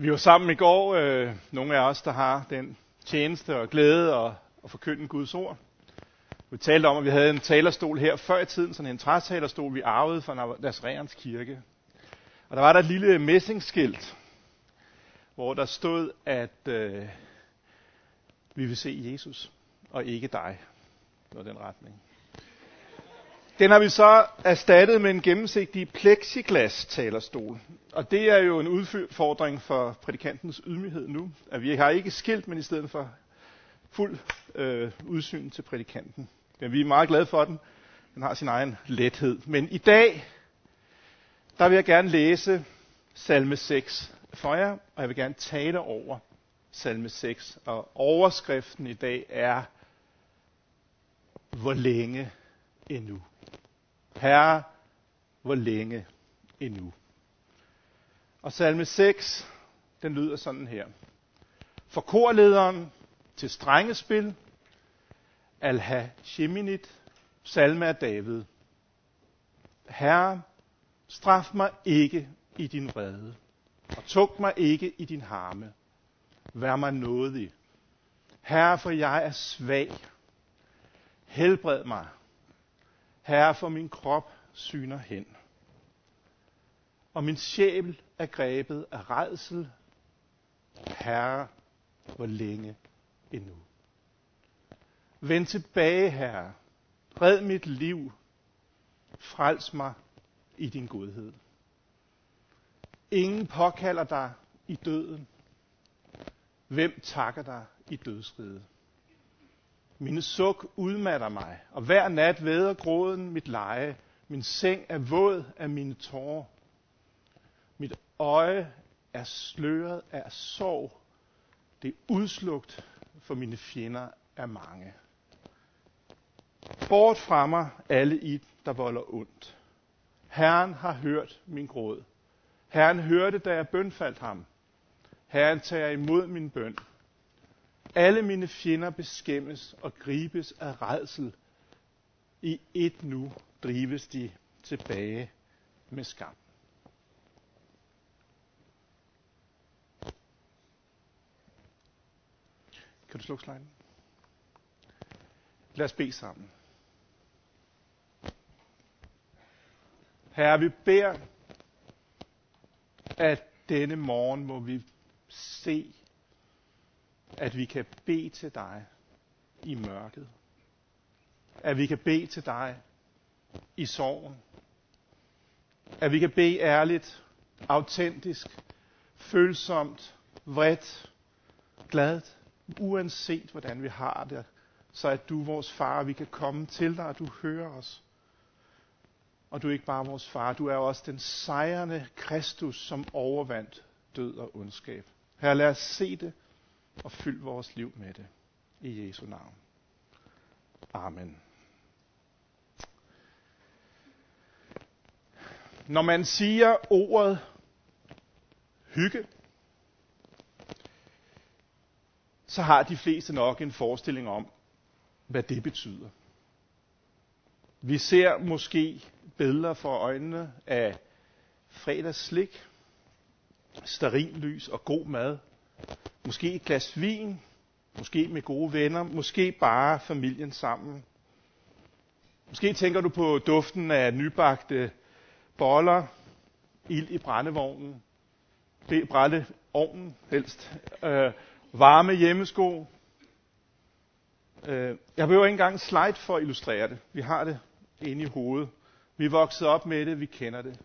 Vi var sammen i går, nogle af os, der har den tjeneste og glæde at forkynde Guds ord. Vi talte om, at vi havde en talerstol her før i tiden, sådan en trætalerstol, vi arvede fra Nazareens kirke. Og der var der et lille messingskilt, hvor der stod, at vi vil se Jesus, og ikke dig. Det var den retning. Den har vi så erstattet med en gennemsigtig plexiglas-talerstol. Og det er jo en udfordring for prædikantens ydmyghed nu, at vi har ikke skilt, men i stedet for fuld udsyn til prædikanten. Men vi er meget glade for den. Den har sin egen lethed. Men i dag, der vil jeg gerne læse salme 6 for jer, og jeg vil gerne tale over salme 6. Og overskriften i dag er, hvor længe endnu? Herre, hvor længe endnu? Og salme 6, den lyder sådan her. For korlederen til strengespil, Al-ha-sheminit, salme af David. Herre, straf mig ikke i din vrede, og tug mig ikke i din harme. Vær mig nådig. Herre, for jeg er svag. Helbred mig. Herre, for min krop syner hen. Og min sjæl er grebet af rædsel. Herre, hvor længe endnu? Vend tilbage, Herre. Red mit liv. Frels mig i din godhed. Ingen påkalder dig i døden. Hvem takker dig i dødsriget? Mine suk udmatter mig, og hver nat væder gråden mit leje. Min seng er våd af mine tårer. Mit øje er sløret af sorg. Det er udslugt, for mine fjender er mange. Bort fra mig alle I, der volder ondt. Herren har hørt min gråd. Herren hørte, da jeg bønfaldt ham. Herren tager imod min bøn. Alle mine fjender beskæmmes og gribes af rædsel. I et nu drives de tilbage med skam. Kan du slukke sliden? Lad os bede sammen. Herre, vi beder, at denne morgen må vi se, at vi kan bede til dig i mørket. At vi kan bede til dig i sorgen. At vi kan bede ærligt, autentisk, følsomt, vredt, gladt, uanset hvordan vi har det, så at du, vores far, vi kan komme til dig, og du hører os. Og du er ikke bare vores far, du er også den sejrende Kristus, som overvandt død og ondskab. Herre, lad os se det, og fyld vores liv med det. I Jesu navn. Amen. Når man siger ordet hygge, så har de fleste nok en forestilling om, hvad det betyder. Vi ser måske billeder for øjnene af fredagsslik, stearinlys og god mad. Måske et glas vin, måske med gode venner, måske bare familien sammen. Måske tænker du på duften af nybagte boller, ild i brændevognen, brændeovnen helst, varme hjemmesko. Jeg behøver ikke engang slide for at illustrere det. Vi har det inde i hovedet. Vi er vokset op med det, vi kender det.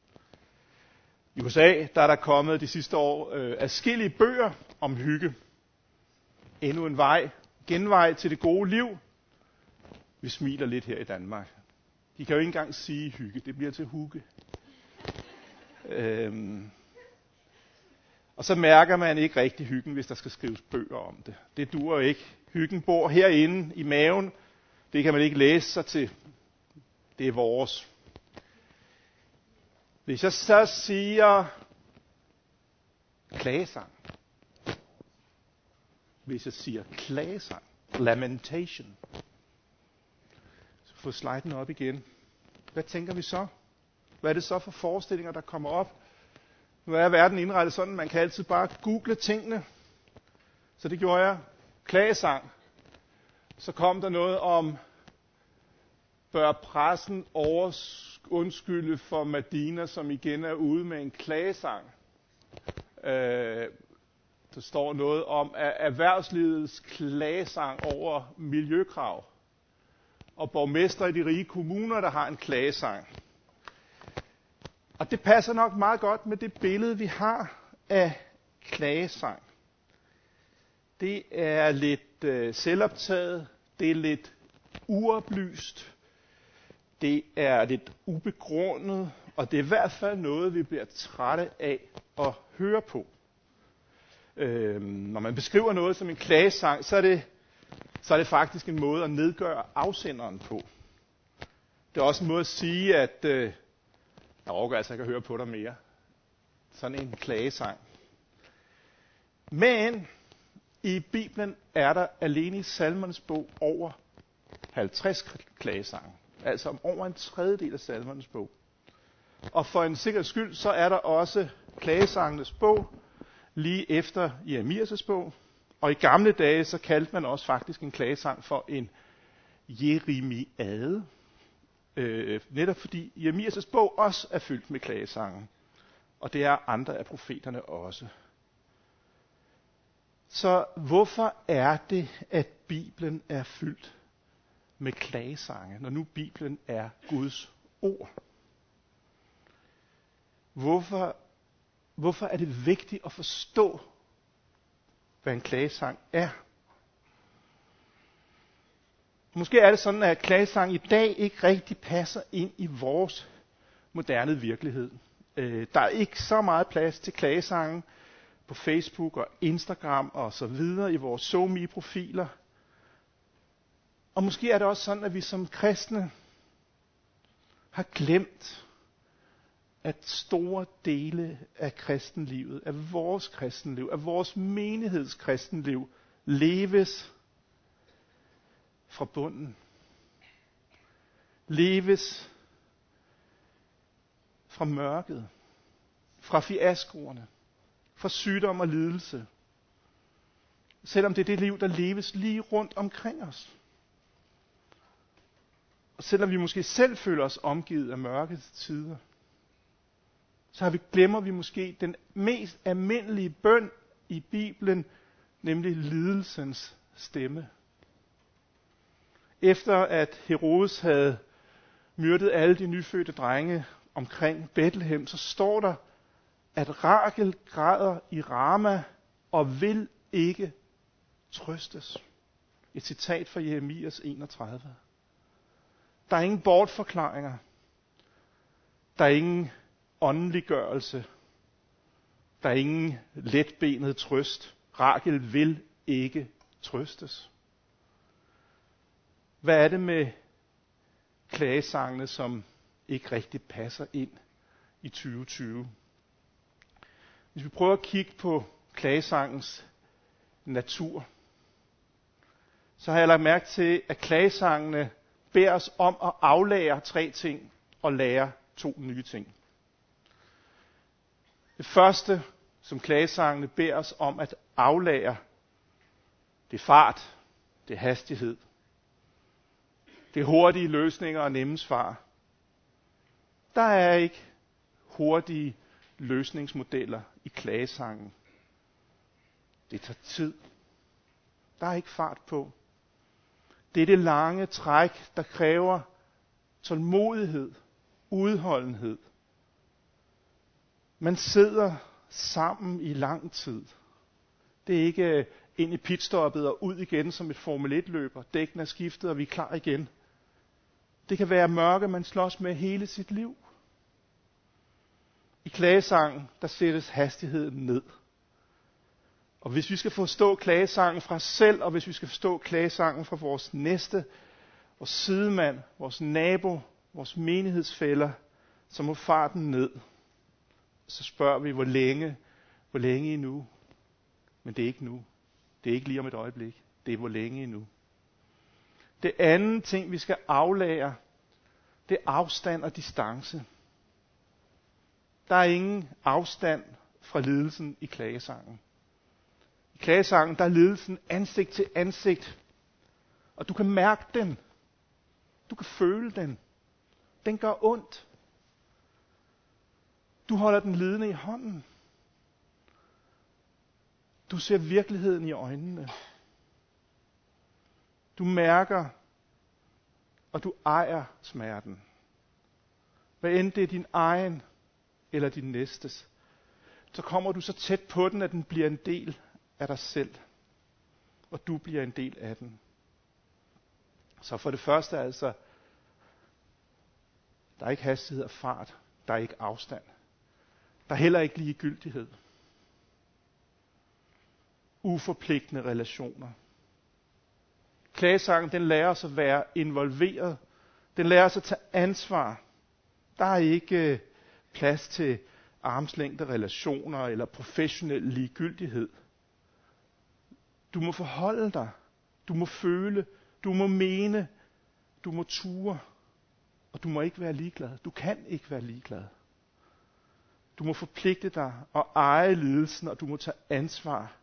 I USA der er der kommet de sidste år adskillige bøger om hygge. Endnu en genvej til det gode liv. Vi smiler lidt her i Danmark. De kan jo ikke engang sige hygge, det bliver til hugge. Og så mærker man ikke rigtig hyggen, hvis der skal skrives bøger om det. Det duer ikke. Hyggen bor herinde i maven. Det kan man ikke læse sig til. Det er vores. Hvis jeg så siger klagesang. Hvis jeg siger klagesang. Lamentation. Så få sliden op igen. Hvad tænker vi så? Hvad er det så for forestillinger, der kommer op? Nu er verden indrettet sådan, man kan altid bare google tingene. Så det gjorde jeg. Klagesang. Så kom der noget om, bør pressen undskylde for Medina, som igen er ude med en klagesang. Der står noget om erhvervslivets klagesang over miljøkrav. Og borgmester i de rige kommuner, der har en klagesang. Og det passer nok meget godt med det billede, vi har af klagesang. Det er lidt selvoptaget, det er lidt uoplyst, det er lidt ubegrundet, og det er i hvert fald noget, vi bliver trætte af at høre på. Når man beskriver noget som en klagesang, så er det faktisk en måde at nedgøre afsenderen på. Det er også en måde at sige, at jeg orker altså ikke at høre på dig mere. Sådan en klagesang. Men i Bibelen er der alene i Salmernes bog over 50 klagesange. Altså om over en tredjedel af Salmernes bog. Og for en sikkerheds skyld, så er der også klagesangenes bog lige efter Jeremias' bog. Og i gamle dage, så kaldte man også faktisk en klagesang for en jeremiade. Netop fordi Jeremias' bog også er fyldt med klagesange. Og det er andre af profeterne også. Så hvorfor er det, at Bibelen er fyldt med klagesange, når nu Bibelen er Guds ord? Hvorfor er det vigtigt at forstå, hvad en klagesang er? Måske er det sådan, at klagesang i dag ikke rigtig passer ind i vores moderne virkelighed. Der er ikke så meget plads til klagesange på Facebook og Instagram og så videre i vores SoMe-profiler. Og måske er det også sådan, at vi som kristne har glemt, at store dele af kristenlivet, af vores kristenliv, af vores menighedskristenliv, leves fra bunden. Leves fra mørket, fra fiaskoerne, fra sygdom og lidelse. Selvom det er det liv, der leves lige rundt omkring os. Og selvom vi måske selv føler os omgivet af mørkets tider, så glemmer vi måske den mest almindelige bøn i Bibelen, nemlig lidelsens stemme. Efter at Herodes havde myrdet alle de nyfødte drenge omkring Bethlehem, så står der, at Rachel græder i Rama og vil ikke trøstes. Et citat fra Jeremias 31. Der er ingen bortforklaringer. Der er ingen åndeliggørelse. Der er ingen letbenet trøst. Rachel vil ikke trøstes. Hvad er det med klagesangene, som ikke rigtig passer ind i 2020? Hvis vi prøver at kigge på klagesangens natur, så har jeg lagt mærke til, at klagesangene beder os om at aflære 3 ting og lære 2 nye ting. Det første, som klagesangene beder os om at aflære, det er fart, det er hastighed. Det er hurtige løsninger og nemme svar. Der er ikke hurtige løsningsmodeller i klagesangen. Det tager tid. Der er ikke fart på. Det er det lange træk, der kræver tålmodighed, udholdenhed. Man sidder sammen i lang tid. Det er ikke ind i pitstoppet og ud igen som et Formel 1-løber. Dækkene er skiftet, og vi er klar igen. Det kan være mørke, man slås med hele sit liv. I klagesangen, der sættes hastigheden ned. Og hvis vi skal forstå klagesangen fra os selv, og hvis vi skal forstå klagesangen fra vores næste, vores sidemand, vores nabo, vores menighedsfæller, så må farten ned. Så spørger vi, hvor længe endnu? Men det er ikke nu. Det er ikke lige om et øjeblik. Det er hvor længe endnu. Det andet ting, vi skal aflære, det er afstand og distance. Der er ingen afstand fra lidelsen i klagesangen. I klagesangen, der er lidelsen ansigt til ansigt. Og du kan mærke den. Du kan føle den. Den gør ondt. Du holder den lidende i hånden. Du ser virkeligheden i øjnene. Du mærker, og du ejer smerten. Hvad end det er din egen eller din næstes, så kommer du så tæt på den, at den bliver en del af dig selv. Og du bliver en del af den. Så for det første altså, der er ikke hastighed og fart. Der er ikke afstand. Der er heller ikke ligegyldighed. Uforpligtende relationer. Klagesangen, den lærer os at være involveret. Den lærer os at tage ansvar. Der er ikke plads til armslængde relationer eller professionel ligegyldighed. Du må forholde dig. Du må føle. Du må mene. Du må ture. Og du må ikke være ligeglad. Du kan ikke være ligeglad. Du må forpligte dig og eje lidelsen, og du må tage ansvar.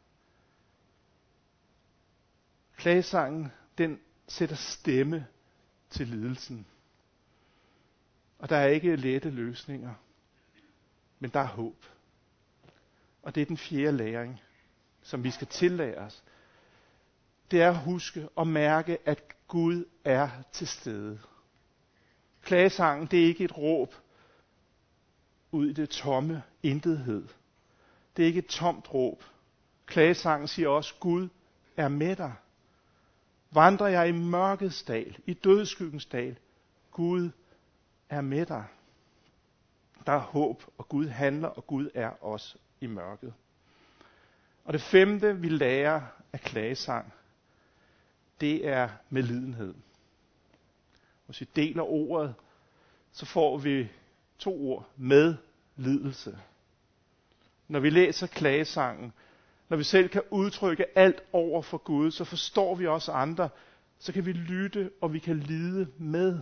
Klagesangen, den sætter stemme til lidelsen. Og der er ikke lette løsninger, men der er håb. Og det er den fjerde læring, som vi skal tillære os. Det er at huske og mærke, at Gud er til stede. Klagesangen, det er ikke et råb ud i det tomme intethed. Det er ikke et tomt råb. Klagesangen siger også, Gud er med dig. Vandrer jeg i mørkets dal, i dødsskyggens dal, Gud er med dig. Der er håb, og Gud handler, og Gud er også i mørket. Og det femte, vi lærer af klagesang, det er medlidenhed. Hvis vi deler ordet, så får vi 2 ord: medlidelse. Når vi læser klagesangen, når vi selv kan udtrykke alt over for Gud, så forstår vi også andre, så kan vi lytte, og vi kan lide med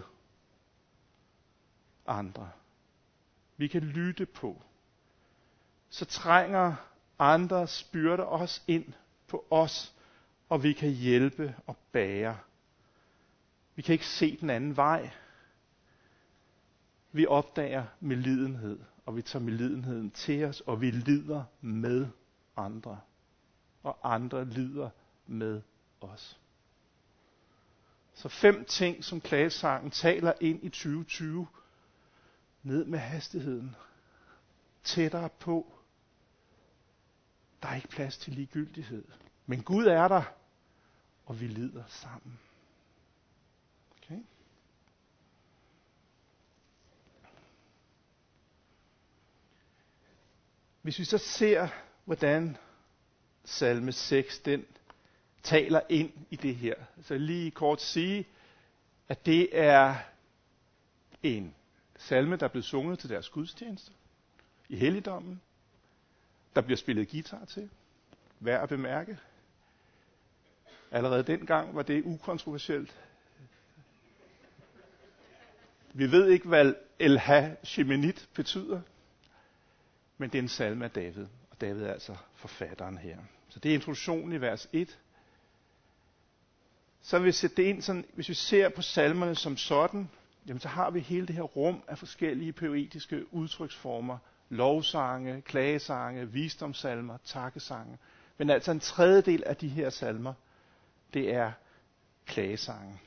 andre. Vi kan lytte på. Så trænger andres byrder også ind på os, og vi kan hjælpe og bære. Vi kan ikke se den anden vej. Vi opdager medlidenhed, og vi tager medlidenheden til os, og vi lider med andre. Og andre lider med os. Så 5 ting, som klagesangen taler ind i 2020. Ned med hastigheden. Tættere på. Der er ikke plads til ligegyldighed. Men Gud er der, og vi lider sammen. Okay? Hvis vi så ser, hvordan salme 6, den taler ind i det her. Så lige kort sige, at det er en salme, der er blevet sunget til deres gudstjeneste i helligdommen. Der bliver spillet guitar til. Værd at bemærke. Allerede dengang var det ukontroversielt. Vi ved ikke, hvad El Ha-Sheminit betyder, men det er en salme af David. Og David er altså forfatteren her. Så det er introduktionen i vers 1. Så vil vi sætte det ind sådan, hvis vi ser på salmerne som sådan, jamen så har vi hele det her rum af forskellige poetiske udtryksformer. Lovsange, klagesange, visdomssalmer, takkesange. Men altså en tredjedel af de her salmer, det er klagesange.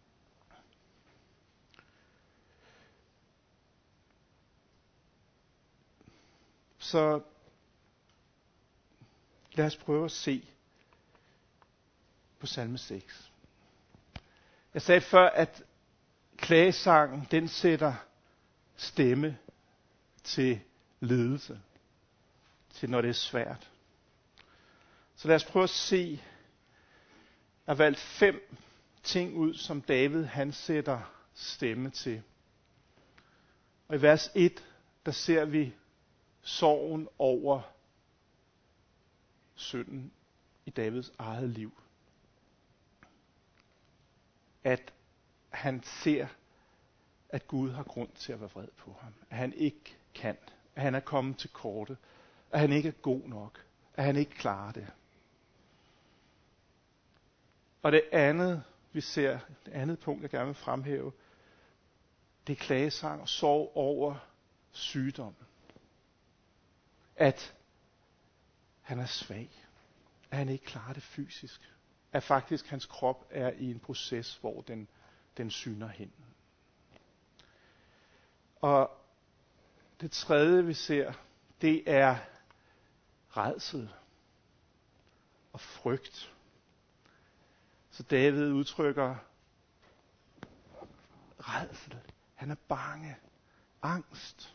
Så lad os prøve at se på salme 6. Jeg sagde før, at klagesangen, den sætter stemme til lidelse. Til når det er svært. Så lad os prøve at se. Jeg har valgt 5 ting ud, som David han sætter stemme til. Og i vers 1, der ser vi sorgen over synden i Davids eget liv. At han ser, at Gud har grund til at være vred på ham. At han ikke kan. at han er kommet til korte, at han ikke er god nok, at han ikke klarer det. Og det andet, vi ser, det andet punkt, jeg gerne vil fremhæve, det er klagesang og sorg over sygdom. At han er svag, at han ikke klarer det fysisk, at faktisk hans krop er i en proces, hvor den syner hen. Og det tredje, vi ser, det er rædsel og frygt. Så David udtrykker rædsel. Han er bange. Angst.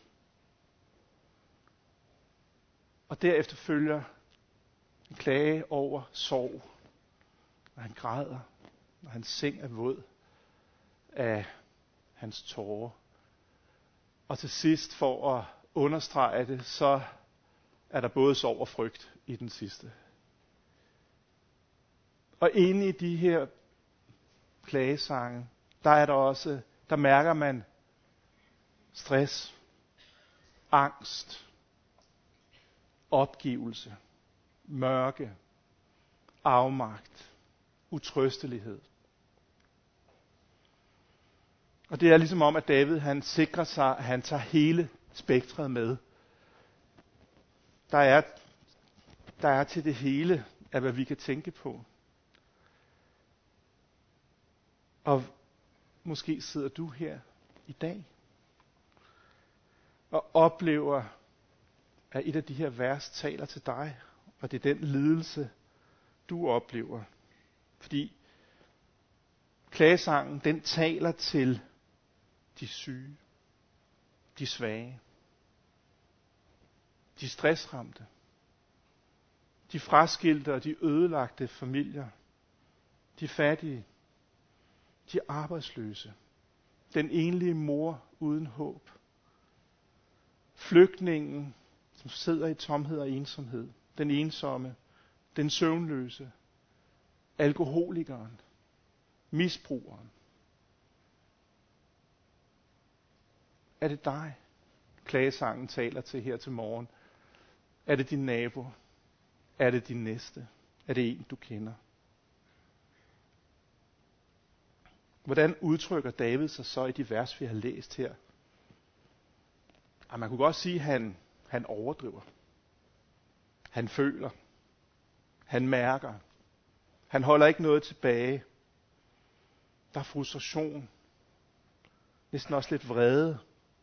Og derefter følger en klage over sorg. Når han græder. Når hans seng er våd af hans tårer. Og til sidst, for at understrege det, så er der både sorg og frygt i den sidste. Og inde i de her klagesange, der mærker man stress, angst, opgivelse, mørke, afmagt, utrøstelighed. Og det er ligesom om, at David han sikrer sig, at han tager hele spektret med. Der er til det hele af, hvad vi kan tænke på. Og måske sidder du her i dag og oplever, at et af de her vers taler til dig, og det er den lidelse, du oplever. Fordi klagesangen, den taler til de syge, de svage, de stressramte, de fraskilte og de ødelagte familier, de fattige, de arbejdsløse, den enlige mor uden håb, flygtningen, som sidder i tomhed og ensomhed, den ensomme, den søvnløse, alkoholikeren, misbrugeren. Er det dig, klagesangen taler til her til morgen? Er det din nabo? Er det din næste? Er det en, du kender? Hvordan udtrykker David sig så i de vers, vi har læst her? Man kunne godt sige, at han overdriver. Han føler. Han mærker. Han holder ikke noget tilbage. Der er frustration. Næsten også lidt vrede.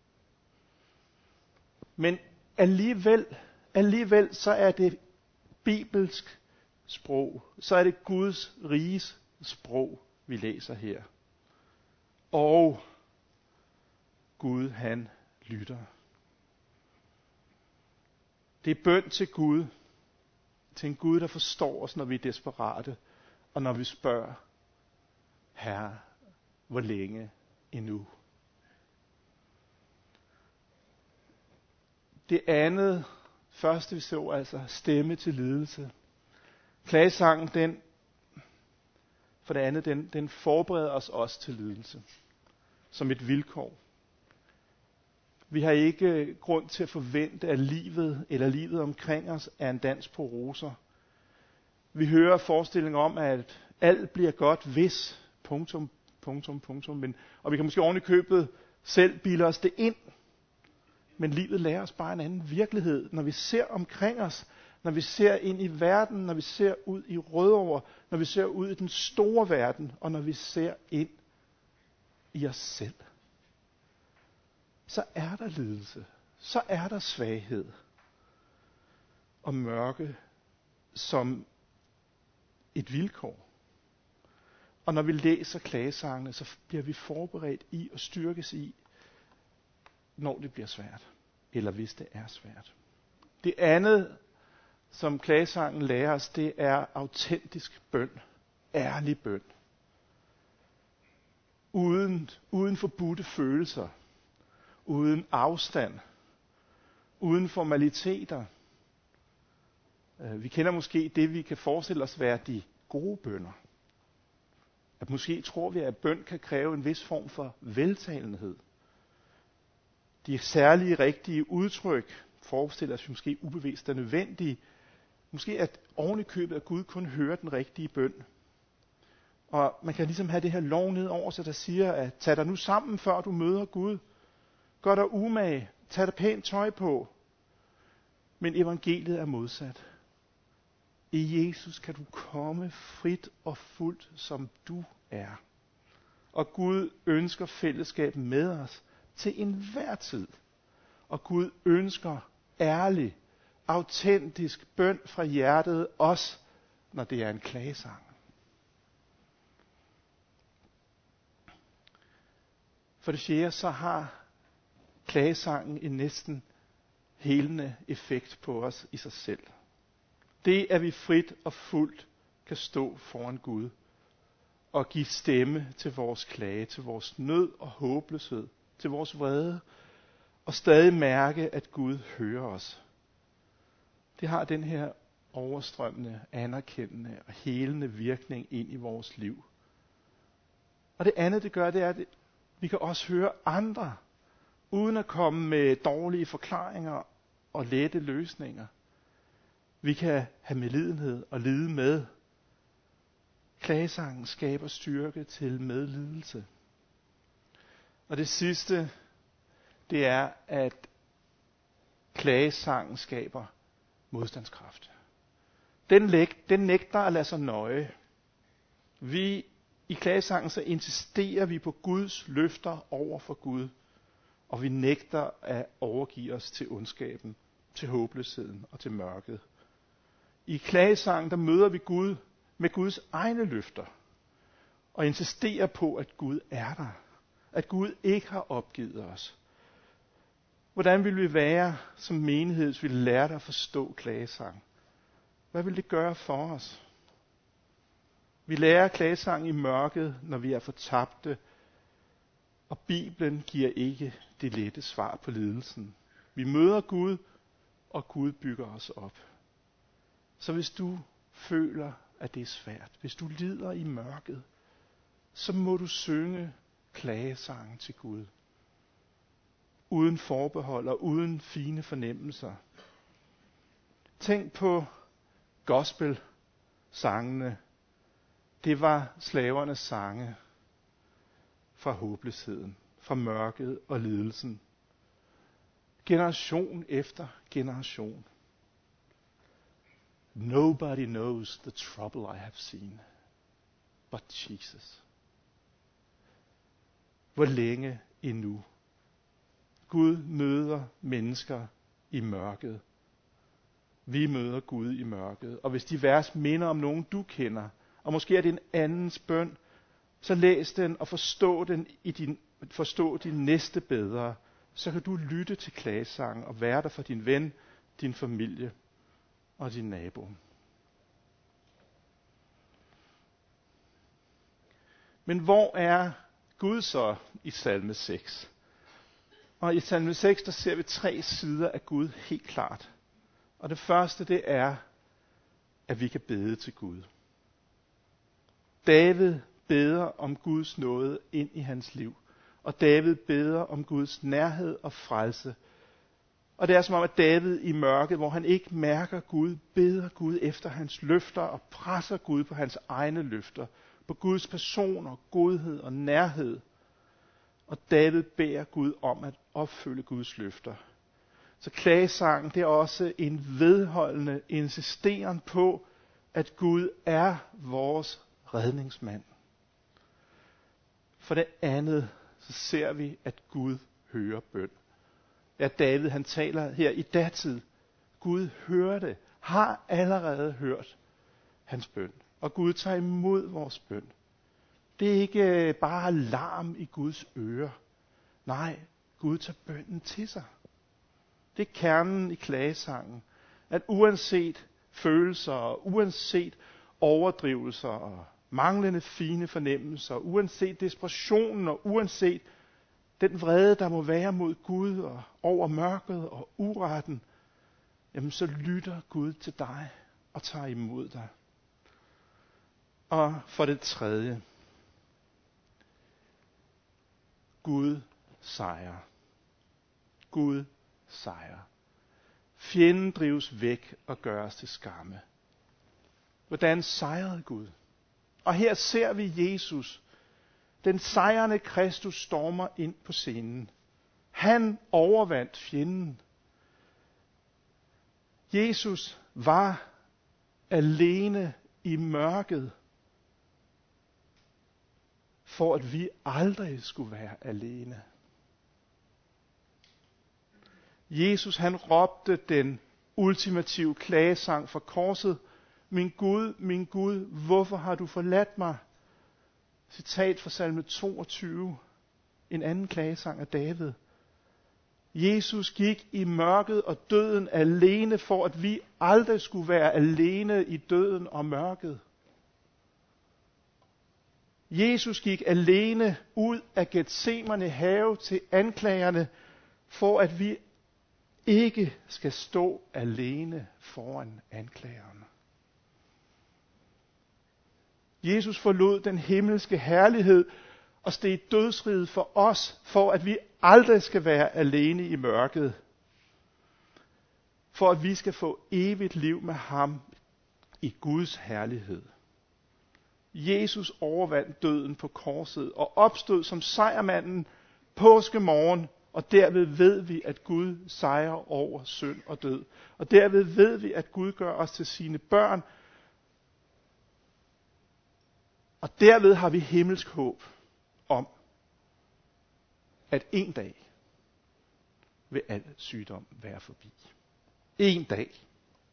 Men alligevel så er det bibelsk sprog. Så er det Guds riges sprog, vi læser her. Og Gud, han lytter. Det er bøn til Gud. Til en Gud, der forstår os, når vi er desperate. Og når vi spørger, Herre, hvor længe endnu? Det andet, første vi så, altså stemme til lidelse. Klagesangen, for det andet, den forbereder os også til lidelse. Som et vilkår. Vi har ikke grund til at forvente, at livet omkring os er en dans på roser. Vi hører forestillingen om, at alt bliver godt, hvis, ... Og vi kan måske oven i købet selv bilde os det ind. Men livet lærer os bare en anden virkelighed. Når vi ser omkring os, når vi ser ind i verden, når vi ser ud i Rødovre, når vi ser ud i den store verden, og når vi ser ind i os selv, så er der lidelse, så er der svaghed og mørke som et vilkår. Og når vi læser klagesangene, så bliver vi forberedt i og styrkes i, når det bliver svært, eller hvis det er svært. Det andet, som klagesangen lærer os, det er autentisk bøn, ærlig bøn. Uden forbudte følelser, uden afstand, uden formaliteter. Vi kender måske det, vi kan forestille os være de gode bønner. At måske tror vi, at bøn kan kræve en vis form for veltalenhed. De særlige rigtige udtryk, forestiller os måske ubevidst er nødvendige. Måske at oven i købet, at Gud kun hører den rigtige bøn. Og man kan ligesom have det her lov ned over sig, der siger, at tag dig nu sammen, før du møder Gud. Gør dig umage. Tag dig pænt tøj på. Men evangeliet er modsat. I Jesus kan du komme frit og fuldt, som du er. Og Gud ønsker fællesskab med os til enhver tid. Og Gud ønsker ærlig, autentisk bøn fra hjertet, også når det er en klagesang. For det fjerde, så har klagesangen en næsten helende effekt på os i sig selv. Det, at vi frit og fuldt kan stå foran Gud og give stemme til vores klage, til vores nød og håbløshed, til vores vrede, og stadig mærke, at Gud hører os. Det har den her overstrømmende, anerkendende og helende virkning ind i vores liv. Og det andet, det gør, det er, at vi kan også høre andre, uden at komme med dårlige forklaringer og lette løsninger. Vi kan have medlidenhed og lide med. Klagesangen skaber styrke til medlidelse. Og det sidste, det er, at klagesangen skaber modstandskraft. Den nægter at lade sig nøje. I klagesangen så insisterer vi på Guds løfter over for Gud, og vi nægter at overgive os til ondskaben, til håbløsheden og til mørket. I klagesangen der møder vi Gud med Guds egne løfter, og insisterer på, at Gud er der, at Gud ikke har opgivet os. Hvordan vil vi være som menighed, hvis vi lærte at forstå klagesang? Hvad vil det gøre for os? Vi lærer klagesang i mørket, når vi er fortabte, og Bibelen giver ikke det lette svar på lidelsen. Vi møder Gud, og Gud bygger os op. Så hvis du føler, at det er svært, hvis du lider i mørket, så må du synge klagesangen til Gud. Uden forbehold og uden fine fornemmelser. Tænk på gospel-sangene. Det var slavernes sange fra håbløsheden, fra mørket og lidelsen. Generation efter generation. Nobody knows the trouble I have seen, but Jesus. Hvor længe endnu? Gud møder mennesker i mørket. Vi møder Gud i mørket. Og hvis de vers minder om nogen, du kender, og måske er det en andens bøn, så læs den og forstå din næste bedre. Så kan du lytte til klagesangen og være der for din ven, din familie og din nabo. Men hvor er Gud så i salme 6? Og i salme 6, der ser vi 3 sider af Gud helt klart. Og det første, det er, at vi kan bede til Gud. David beder om Guds nåde ind i hans liv. Og David beder om Guds nærhed og frelse. Og det er som om, at David i mørket, hvor han ikke mærker Gud, beder Gud efter hans løfter og presser Gud på hans egne løfter. På Guds person og godhed og nærhed. Og David beder Gud om at opfylde Guds løfter. Så klagesangen, det er også en vedholdende insisteren på, at Gud er vores redningsmand. For det andet, så ser vi, at Gud hører bøn. Ja, David han taler her i datid. Gud hører det, har allerede hørt hans bøn. Og Gud tager imod vores bøn. Det er ikke bare larm i Guds ører. Nej, Gud tager bønnen til sig. Det er kernen i klagesangen. At uanset følelser, og uanset overdrivelser og manglende fine fornemmelser, uanset desperationen og uanset den vrede, der må være mod Gud og over mørket og uretten, jamen så lytter Gud til dig og tager imod dig. Og for det tredje, Gud sejrer. Gud sejrer. Fjenden drives væk og gøres til skamme. Hvordan sejrede Gud? Og her ser vi Jesus, den sejrende Kristus, stormer ind på scenen. Han overvandt fjenden. Jesus var alene i mørket, for at vi aldrig skulle være alene. Jesus, han råbte den ultimative klagesang fra korset. Min Gud, hvorfor har du forladt mig? Citat fra salme 22, en anden klagesang af David. Jesus gik i mørket og døden alene, for at vi aldrig skulle være alene i døden og mørket. Jesus gik alene ud af Getsemane have til anklagerne, for at vi ikke skal stå alene foran anklagerne. Jesus forlod den himmelske herlighed og steg dødsriget for os, for at vi aldrig skal være alene i mørket. For at vi skal få evigt liv med ham i Guds herlighed. Jesus overvandt døden på korset og opstod som sejrmanden påskemorgen, og derved ved vi, at Gud sejrer over synd og død. Og derved ved vi, at Gud gør os til sine børn. Og derved har vi himmelsk håb om, at en dag vil al sygdom være forbi. En dag.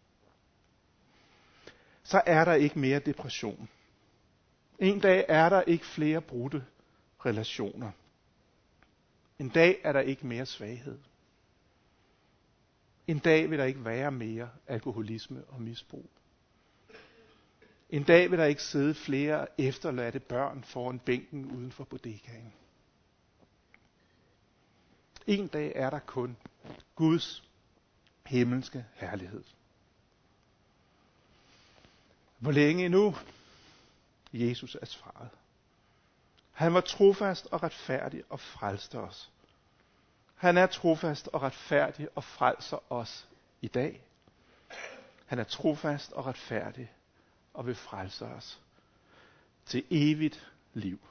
Så er der ikke mere depression. En dag er der ikke flere brudte relationer. En dag er der ikke mere svaghed. En dag vil der ikke være mere alkoholisme og misbrug. En dag vil der ikke sidde flere efterladte børn foran bænken uden for bodegaen. En dag er der kun Guds himmelske herlighed. Hvor længe endnu? Jesus er svaret. Han var trofast og retfærdig og frelste os. Han er trofast og retfærdig og frelser os i dag. Han er trofast og retfærdig og vil frelse os til evigt liv.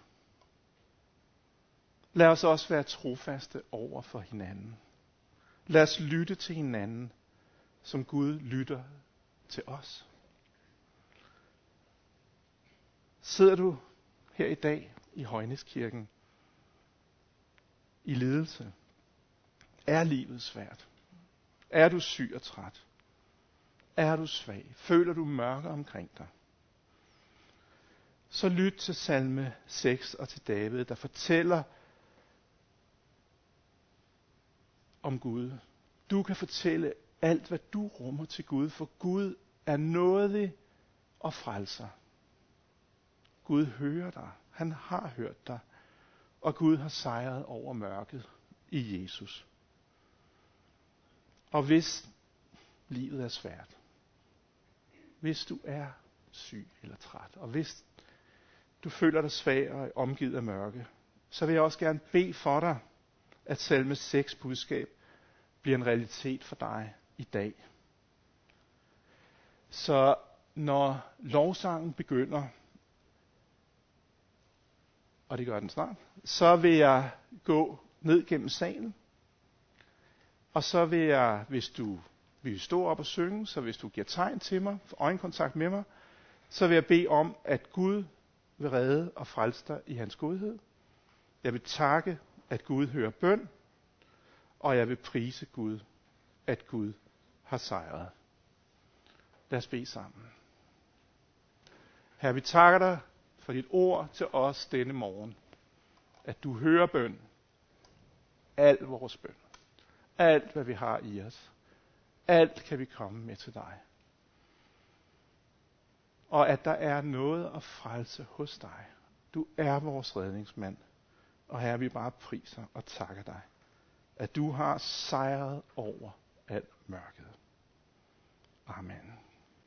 Lad os også være trofaste over for hinanden. Lad os lytte til hinanden, som Gud lytter til os. Sidder du her i dag i Højneskirken i lidelse? Er livet svært? Er du syg og træt? Er du svag? Føler du mørke omkring dig? Så lyt til salme 6 og til David, der fortæller om Gud. Du kan fortælle alt, hvad du rummer til Gud, for Gud er nådig og frelser. Gud hører dig. Han har hørt dig. Og Gud har sejret over mørket i Jesus. Og hvis livet er svært, hvis du er syg eller træt, og hvis du føler dig svag og omgivet af mørke, så vil jeg også gerne bede for dig, at salme 6 budskab bliver en realitet for dig i dag. Så når lovsangen begynder, og det gør den snart, så vil jeg gå ned gennem salen, og så vil jeg, hvis du vil stå op og synge, så hvis du giver tegn til mig, øjenkontakt med mig, så vil jeg bede om, at Gud vil redde og frelse dig i hans godhed. Jeg vil takke, at Gud hører bøn, og jeg vil prise Gud, at Gud har sejret. Lad os bede sammen. Herre, vi takker dig for dit ord til os denne morgen, at du hører bøn, al vores bøn, alt hvad vi har i os, alt kan vi komme med til dig. Og at der er noget at frelse hos dig. Du er vores redningsmand, og Herre, vi bare priser og takker dig, at du har sejret over alt mørket. Amen.